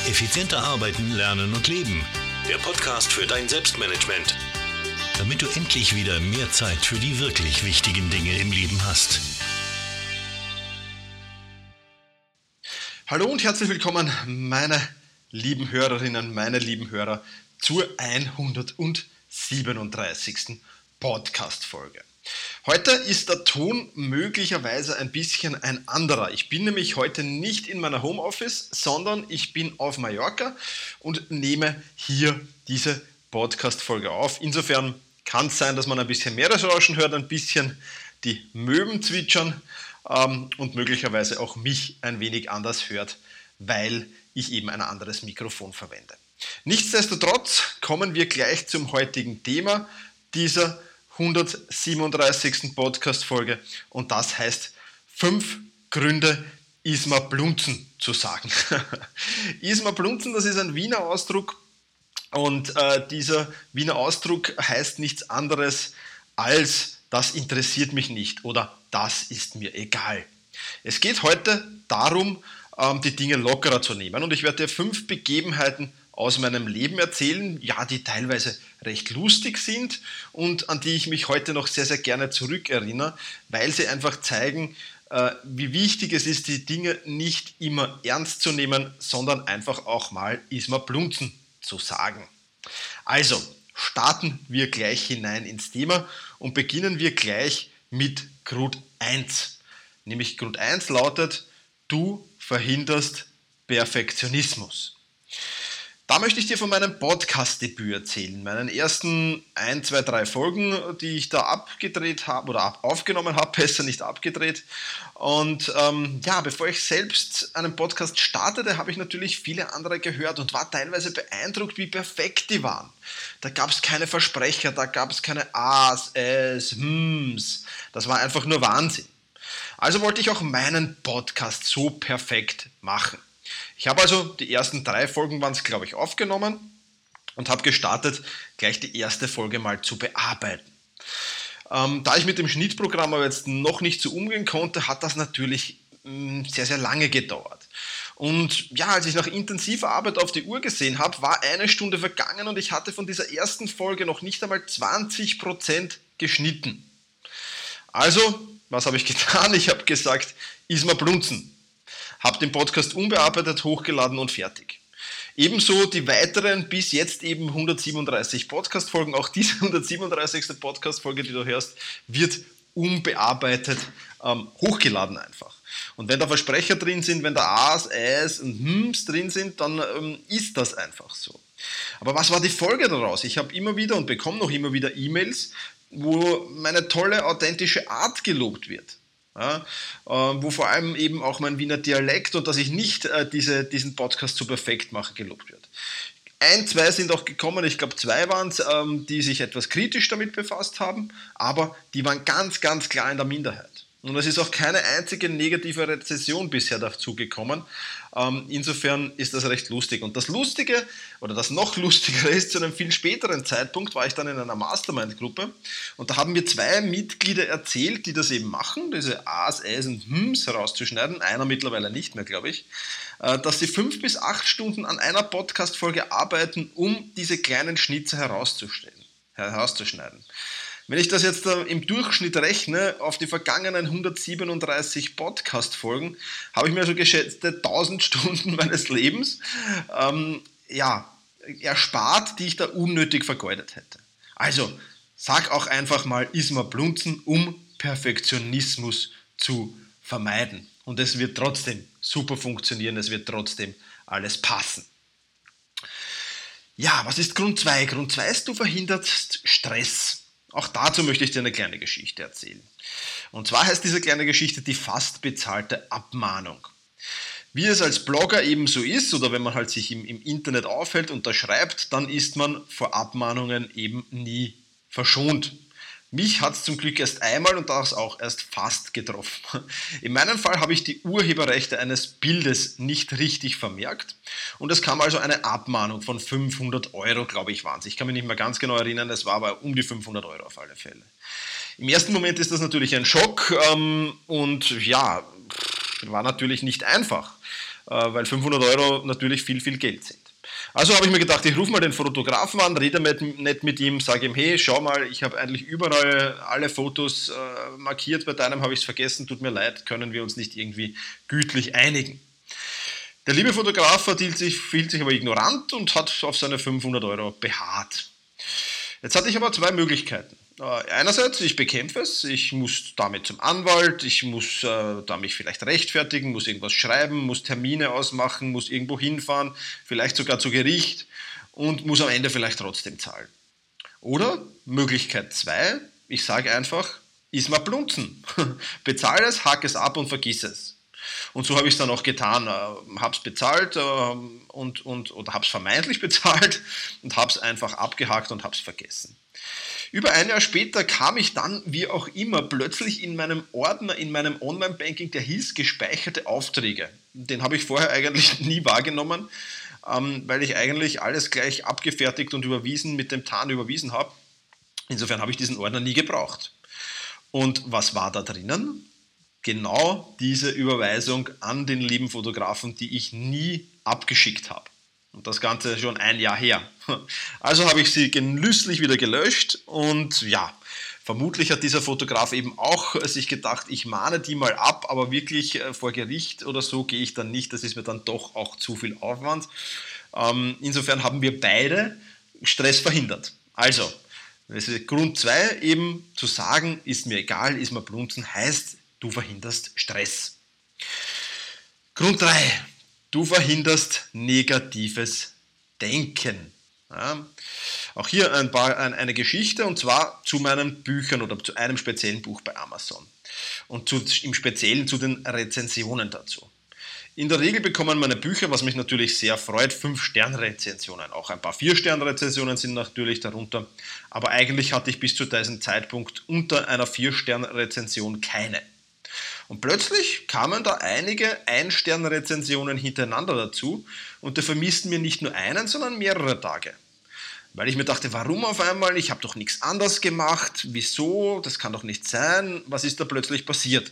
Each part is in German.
Effizienter arbeiten, lernen und leben. Der Podcast für dein Selbstmanagement. Damit du endlich wieder mehr Zeit für die wirklich wichtigen Dinge im Leben hast. Hallo und herzlich willkommen, meine lieben Hörerinnen, meine lieben Hörer, zur 137. Podcast-Folge. Heute ist der Ton möglicherweise ein bisschen ein anderer. Ich bin nämlich heute nicht in meiner Homeoffice, sondern ich bin auf Mallorca und nehme hier diese Podcast-Folge auf. Insofern kann es sein, dass man ein bisschen Meeresrauschen hört, ein bisschen die Möwen zwitschern und möglicherweise auch mich ein wenig anders hört, weil ich eben ein anderes Mikrofon verwende. Nichtsdestotrotz kommen wir gleich zum heutigen Thema dieser 137. Podcast-Folge und das heißt 5 Gründe, Ismar Blunzen zu sagen. Ismar Blunzen, das ist ein Wiener Ausdruck und dieser Wiener Ausdruck heißt nichts anderes als das interessiert mich nicht oder das ist mir egal. Es geht heute darum, die Dinge lockerer zu nehmen und ich werde dir 5 Begebenheiten aus meinem Leben erzählen, ja, die teilweise recht lustig sind und an die ich mich heute noch sehr, sehr gerne zurückerinnere, weil sie einfach zeigen, wie wichtig es ist, die Dinge nicht immer ernst zu nehmen, sondern einfach auch mal Ismar Blunzen zu sagen. Also, starten wir gleich hinein ins Thema und beginnen wir gleich mit Grund 1. Nämlich Grund 1 lautet, du verhinderst Perfektionismus. Da möchte ich dir von meinem Podcast-Debüt erzählen, meinen ersten 1, 2, 3 Folgen, die ich da abgedreht habe oder aufgenommen habe, besser nicht abgedreht. Und bevor ich selbst einen Podcast startete, habe ich natürlich viele andere gehört und war teilweise beeindruckt, wie perfekt die waren. Da gab es keine Versprecher, da gab es keine A's, Ä's, Hms. Das war einfach nur Wahnsinn. Also wollte ich auch meinen Podcast so perfekt machen. Ich habe also die ersten 3 Folgen waren es, glaube ich, aufgenommen und habe gestartet, gleich die erste Folge mal zu bearbeiten. Da ich mit dem Schnittprogramm aber jetzt noch nicht so umgehen konnte, hat das natürlich sehr, sehr lange gedauert. Und ja, als ich nach intensiver Arbeit auf die Uhr gesehen habe, war 1 Stunde vergangen und ich hatte von dieser ersten Folge noch nicht einmal 20% geschnitten. Also, was habe ich getan? Ich habe gesagt, Ismar Blunzen. Habe den Podcast unbearbeitet, hochgeladen und fertig. Ebenso die weiteren bis jetzt eben 137 Podcast-Folgen. Auch diese 137. Podcast-Folge, die du hörst, wird unbearbeitet hochgeladen einfach. Und wenn da Versprecher drin sind, wenn da A's, Ä's und Hms drin sind, dann ist das einfach so. Aber was war die Folge daraus? Ich habe immer wieder und bekomme noch immer wieder E-Mails, wo meine tolle, authentische Art gelobt wird. Ja, wo vor allem eben auch mein Wiener Dialekt und dass ich nicht diesen Podcast so perfekt mache, gelobt wird. 1, 2 sind auch gekommen, ich glaube 2 waren es, die sich etwas kritisch damit befasst haben, aber die waren ganz, ganz klar in der Minderheit. Und es ist auch keine einzige negative Rezession bisher dazu gekommen. Insofern ist das recht lustig. Und das Lustige, oder das noch Lustigere ist, zu einem viel späteren Zeitpunkt war ich dann in einer Mastermind-Gruppe und da haben mir 2 Mitglieder erzählt, die das eben machen, diese A's, Ä's und Hms herauszuschneiden, einer mittlerweile nicht mehr, glaube ich, dass sie 5 bis 8 Stunden an einer Podcast-Folge arbeiten, um diese kleinen Schnitzer herauszuschneiden. Wenn ich das jetzt im Durchschnitt rechne, auf die vergangenen 137 Podcast-Folgen, habe ich mir also geschätzte 1000 Stunden meines Lebens erspart, die ich da unnötig vergeudet hätte. Also, sag auch einfach mal Ismar Blunzen, um Perfektionismus zu vermeiden. Und es wird trotzdem super funktionieren, es wird trotzdem alles passen. Ja, was ist Grund 2? Grund 2 ist, du verhinderst Stress. Auch dazu möchte ich dir eine kleine Geschichte erzählen. Und zwar heißt diese kleine Geschichte die fast bezahlte Abmahnung. Wie es als Blogger eben so ist, oder wenn man halt sich im Internet aufhält und da schreibt, dann ist man vor Abmahnungen eben nie verschont. Mich hat es zum Glück erst einmal und das auch erst fast getroffen. In meinem Fall habe ich die Urheberrechte eines Bildes nicht richtig vermerkt und es kam also eine Abmahnung von 500 €, glaube ich, waren es. Ich kann mich nicht mehr ganz genau erinnern, es war aber um die 500 € auf alle Fälle. Im ersten Moment ist das natürlich ein Schock und ja, war natürlich nicht einfach. weil 500 Euro natürlich viel, viel Geld sind. Also habe ich mir gedacht, ich rufe mal den Fotografen an, rede nicht mit ihm, sage ihm, hey, schau mal, ich habe eigentlich überall alle Fotos markiert, bei deinem habe ich es vergessen, tut mir leid, können wir uns nicht irgendwie gütlich einigen. Der liebe Fotograf fühlt sich aber ignorant und hat auf seine 500 Euro beharrt. Jetzt hatte ich aber zwei Möglichkeiten. Einerseits, ich bekämpfe es, ich muss damit zum Anwalt, ich muss da mich vielleicht rechtfertigen, muss irgendwas schreiben, muss Termine ausmachen, muss irgendwo hinfahren, vielleicht sogar zu Gericht und muss am Ende vielleicht trotzdem zahlen. Oder Möglichkeit 2, ich sage einfach, iss mal Blunzen. Bezahle es, hack es ab und vergiss es. Und so habe ich es dann auch getan, habe es bezahlt oder habe es vermeintlich bezahlt und habe es einfach abgehakt und habe es vergessen. Über ein Jahr später kam ich dann, wie auch immer, plötzlich in meinem Ordner, in meinem Online-Banking, der hieß gespeicherte Aufträge. Den habe ich vorher eigentlich nie wahrgenommen, weil ich eigentlich alles gleich abgefertigt und überwiesen mit dem TAN überwiesen habe. Insofern habe ich diesen Ordner nie gebraucht. Und was war da drinnen? Genau diese Überweisung an den lieben Fotografen, die ich nie abgeschickt habe. Und das Ganze schon ein Jahr her. Also habe ich sie genüsslich wieder gelöscht und ja, vermutlich hat dieser Fotograf eben auch sich gedacht, ich mahne die mal ab, aber wirklich vor Gericht oder so gehe ich dann nicht, das ist mir dann doch auch zu viel Aufwand. Insofern haben wir beide Stress verhindert. Also, das ist Grund 2, eben zu sagen, ist mir egal, ist mir Blunzen, heißt, du verhinderst Stress. Grund 3. Du verhinderst negatives Denken. Ja, auch hier eine Geschichte und zwar zu meinen Büchern oder zu einem speziellen Buch bei Amazon und im Speziellen zu den Rezensionen dazu. In der Regel bekommen meine Bücher, was mich natürlich sehr freut, 5-Sterne-Rezensionen. Auch ein paar 4-Sterne-Rezensionen sind natürlich darunter, aber eigentlich hatte ich bis zu diesem Zeitpunkt unter einer 4-Sterne-Rezension keine. Und plötzlich kamen da einige 1-Sterne-Rezensionen hintereinander dazu und da vermissten mir nicht nur einen, sondern mehrere Tage. Weil ich mir dachte, warum auf einmal? Ich habe doch nichts anderes gemacht. Wieso? Das kann doch nicht sein. Was ist da plötzlich passiert?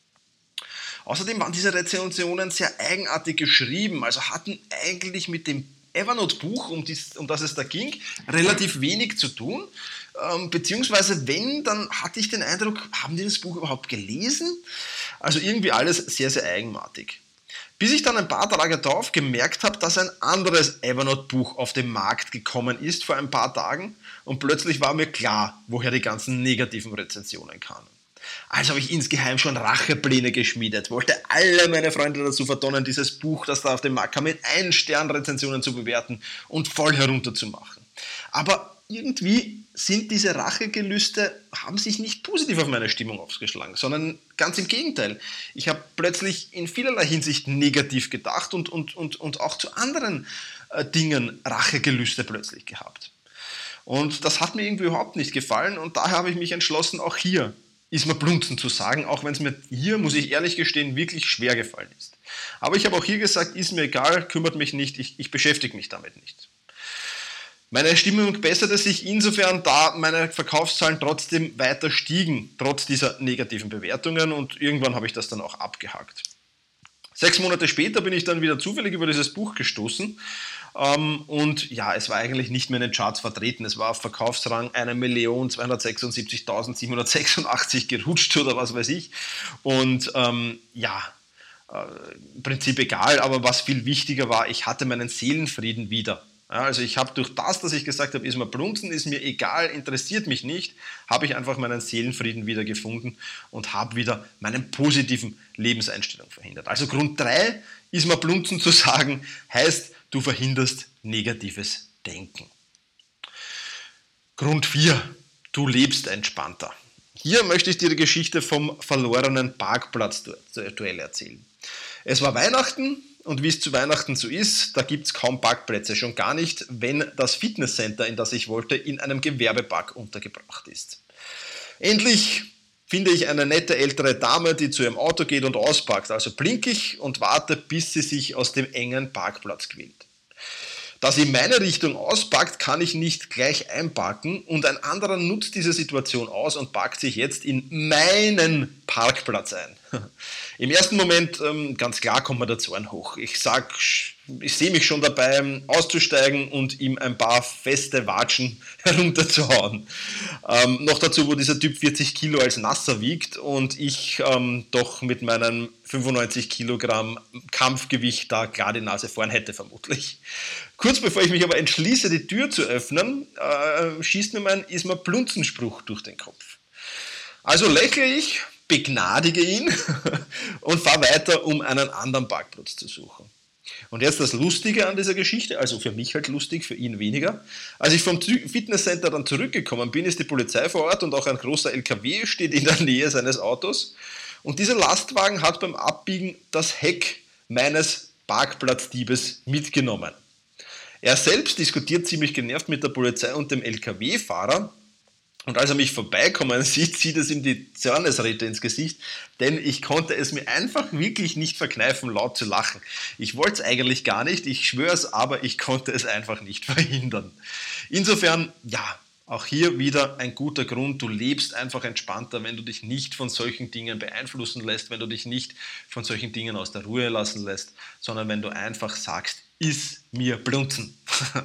Außerdem waren diese Rezensionen sehr eigenartig geschrieben, also hatten eigentlich mit dem Evernote-Buch, um das es da ging, relativ wenig zu tun. Beziehungsweise wenn, dann hatte ich den Eindruck, haben die das Buch überhaupt gelesen? Also irgendwie alles sehr, sehr eigenartig. Bis ich dann ein paar Tage darauf gemerkt habe, dass ein anderes Evernote-Buch auf den Markt gekommen ist vor ein paar Tagen und plötzlich war mir klar, woher die ganzen negativen Rezensionen kamen. Also habe ich insgeheim schon Rachepläne geschmiedet, wollte alle meine Freunde dazu verdonnen, dieses Buch, das da auf den Markt kam, mit 1-Stern-Rezensionen zu bewerten und voll herunterzumachen. Aber irgendwie sind diese Rachegelüste, haben sich nicht positiv auf meine Stimmung ausgeschlagen, sondern ganz im Gegenteil. Ich habe plötzlich in vielerlei Hinsicht negativ gedacht und auch zu anderen Dingen Rachegelüste plötzlich gehabt. Und das hat mir irgendwie überhaupt nicht gefallen und daher habe ich mich entschlossen, auch hier ist mir Blunzen zu sagen, auch wenn es mir hier, muss ich ehrlich gestehen, wirklich schwer gefallen ist. Aber ich habe auch hier gesagt, ist mir egal, kümmert mich nicht, ich beschäftige mich damit nicht. Meine Stimmung besserte sich insofern, da meine Verkaufszahlen trotzdem weiter stiegen, trotz dieser negativen Bewertungen und irgendwann habe ich das dann auch abgehakt. 6 Monate später bin ich dann wieder zufällig über dieses Buch gestoßen und ja, es war eigentlich nicht mehr in den Charts vertreten. Es war auf Verkaufsrang 1.276.786 gerutscht oder was weiß ich. Und im Prinzip egal, aber was viel wichtiger war, ich hatte meinen Seelenfrieden wieder. Ja, also ich habe durch das, dass ich gesagt habe, ist mir Blunzen, ist mir egal, interessiert mich nicht, habe ich einfach meinen Seelenfrieden wieder gefunden und habe wieder meinen positiven Lebenseinstellung verhindert. Also Grund 3, ist mir Blunzen zu sagen, heißt, du verhinderst negatives Denken. Grund 4, du lebst entspannter. Hier möchte ich dir die Geschichte vom verlorenen Parkplatzduell erzählen. Es war Weihnachten. Und wie es zu Weihnachten so ist, da gibt es kaum Parkplätze, schon gar nicht, wenn das Fitnesscenter, in das ich wollte, in einem Gewerbepark untergebracht ist. Endlich finde ich eine nette ältere Dame, die zu ihrem Auto geht und ausparkt. Also blinke ich und warte, bis sie sich aus dem engen Parkplatz quält. Da sie in meine Richtung ausparkt, kann ich nicht gleich einparken und ein anderer nutzt diese Situation aus und parkt sich jetzt in meinen Parkplatz ein. Im ersten Moment, ganz klar, kommt mir der Zorn hoch. Ich sehe mich schon dabei, auszusteigen und ihm ein paar feste Watschen herunterzuhauen. Noch dazu, wo dieser Typ 40 Kilo als Nasser wiegt und ich doch mit meinen 95 Kilogramm Kampfgewicht da klar die Nase vorn hätte vermutlich. Kurz bevor ich mich aber entschließe, die Tür zu öffnen, schießt mir mein Isma-Blunzen-Spruch durch den Kopf. Also lächle ich, begnadige ihn und fahre weiter, um einen anderen Parkplatz zu suchen. Und jetzt das Lustige an dieser Geschichte, also für mich halt lustig, für ihn weniger. Als ich vom Fitnesscenter dann zurückgekommen bin, ist die Polizei vor Ort und auch ein großer LKW steht in der Nähe seines Autos. Und dieser Lastwagen hat beim Abbiegen das Heck meines Parkplatzdiebes mitgenommen. Er selbst diskutiert ziemlich genervt mit der Polizei und dem LKW-Fahrer. Und als er mich vorbeikommen sieht, zieht es ihm die Zornesräte ins Gesicht, denn ich konnte es mir einfach wirklich nicht verkneifen, laut zu lachen. Ich wollte es eigentlich gar nicht, ich schwöre es, aber ich konnte es einfach nicht verhindern. Insofern, ja, auch hier wieder ein guter Grund, du lebst einfach entspannter, wenn du dich nicht von solchen Dingen beeinflussen lässt, wenn du dich nicht von solchen Dingen aus der Ruhe lassen lässt, sondern wenn du einfach sagst, iss mir Blunzen.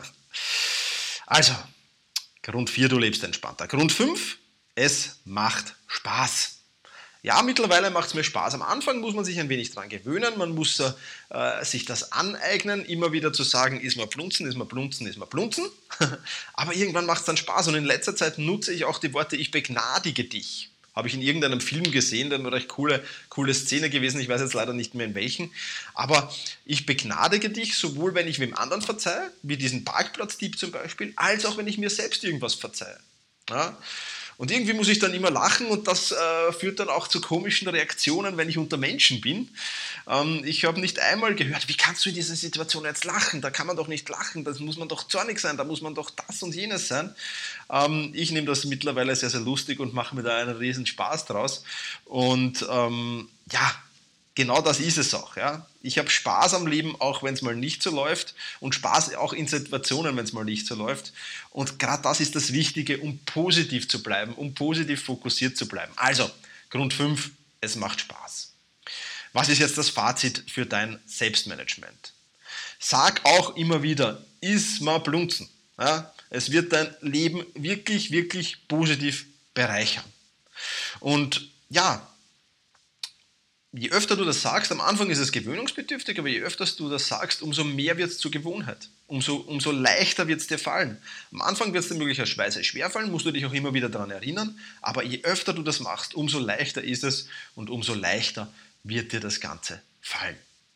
Also, Grund 4, du lebst entspannter. Grund 5, es macht Spaß. Ja, mittlerweile macht es mir Spaß. Am Anfang muss man sich ein wenig dran gewöhnen, man muss sich das aneignen, immer wieder zu sagen, ist mal Blunzen, ist mal Blunzen, ist mal Blunzen. Aber irgendwann macht es dann Spaß und in letzter Zeit nutze ich auch die Worte, ich begnadige dich. Habe ich in irgendeinem Film gesehen, da war eine recht coole Szene gewesen, ich weiß jetzt leider nicht mehr in welchen. Aber ich begnadige dich, sowohl wenn ich wem anderen verzeihe, wie diesen Parkplatzdieb zum Beispiel, als auch wenn ich mir selbst irgendwas verzeihe. Ja? Und irgendwie muss ich dann immer lachen und das führt dann auch zu komischen Reaktionen, wenn ich unter Menschen bin. Ich habe nicht einmal gehört, wie kannst du in dieser Situation jetzt lachen? Da kann man doch nicht lachen, da muss man doch zornig sein, da muss man doch das und jenes sein. Ich nehme das mittlerweile sehr, sehr lustig und mache mir da einen riesen Spaß draus. Und ja, genau das ist es auch. Ja. Ich habe Spaß am Leben, auch wenn es mal nicht so läuft und Spaß auch in Situationen, wenn es mal nicht so läuft. Und gerade das ist das Wichtige, um positiv zu bleiben, um positiv fokussiert zu bleiben. Also, Grund 5, es macht Spaß. Was ist jetzt das Fazit für dein Selbstmanagement? Sag auch immer wieder, iss mal Blunzen. Ja. Es wird dein Leben wirklich, wirklich positiv bereichern. Und ja, je öfter du das sagst, am Anfang ist es gewöhnungsbedürftig, aber je öfter du das sagst, umso mehr wird es zur Gewohnheit. Umso leichter wird es dir fallen. Am Anfang wird es dir möglicherweise schwerfallen, musst du dich auch immer wieder daran erinnern, aber je öfter du das machst, umso leichter ist es und umso leichter wird dir das Ganze fallen.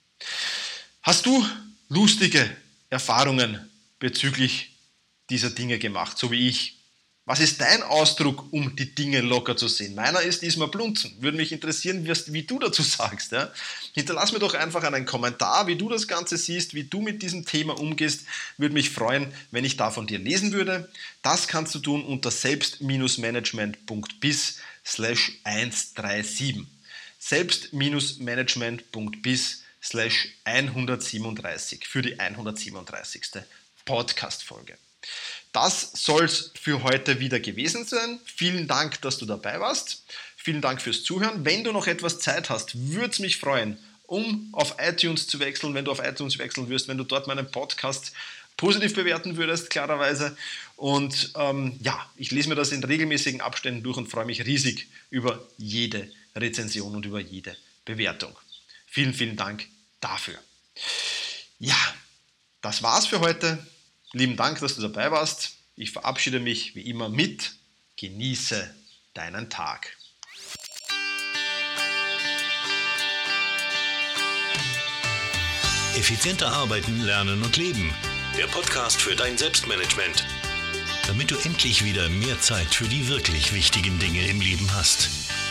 Hast du lustige Erfahrungen bezüglich dieser Dinge gemacht, so wie ich? Was ist dein Ausdruck, um die Dinge locker zu sehen? Meiner ist diesmal Blunzen. Würde mich interessieren, wie du dazu sagst. Ja? Hinterlass mir doch einfach einen Kommentar, wie du das Ganze siehst, wie du mit diesem Thema umgehst. Würde mich freuen, wenn ich da von dir lesen würde. Das kannst du tun unter selbst-management.biz/137. selbst-management.biz/137 für die 137. Podcast-Folge. Das soll es für heute wieder gewesen sein. Vielen Dank, dass du dabei warst. Vielen Dank fürs Zuhören. Wenn du noch etwas Zeit hast, würde es mich freuen, um auf iTunes zu wechseln, wenn du auf iTunes wechseln wirst, wenn du dort meinen Podcast positiv bewerten würdest, klarerweise. Und ja, ich lese mir das in regelmäßigen Abständen durch und freue mich riesig über jede Rezension und über jede Bewertung. Vielen, vielen Dank dafür. Ja, das war's für heute. Lieben Dank, dass du dabei warst. Ich verabschiede mich wie immer mit Genieße deinen Tag. Effizienter arbeiten, lernen und leben. Der Podcast für dein Selbstmanagement. Damit du endlich wieder mehr Zeit für die wirklich wichtigen Dinge im Leben hast.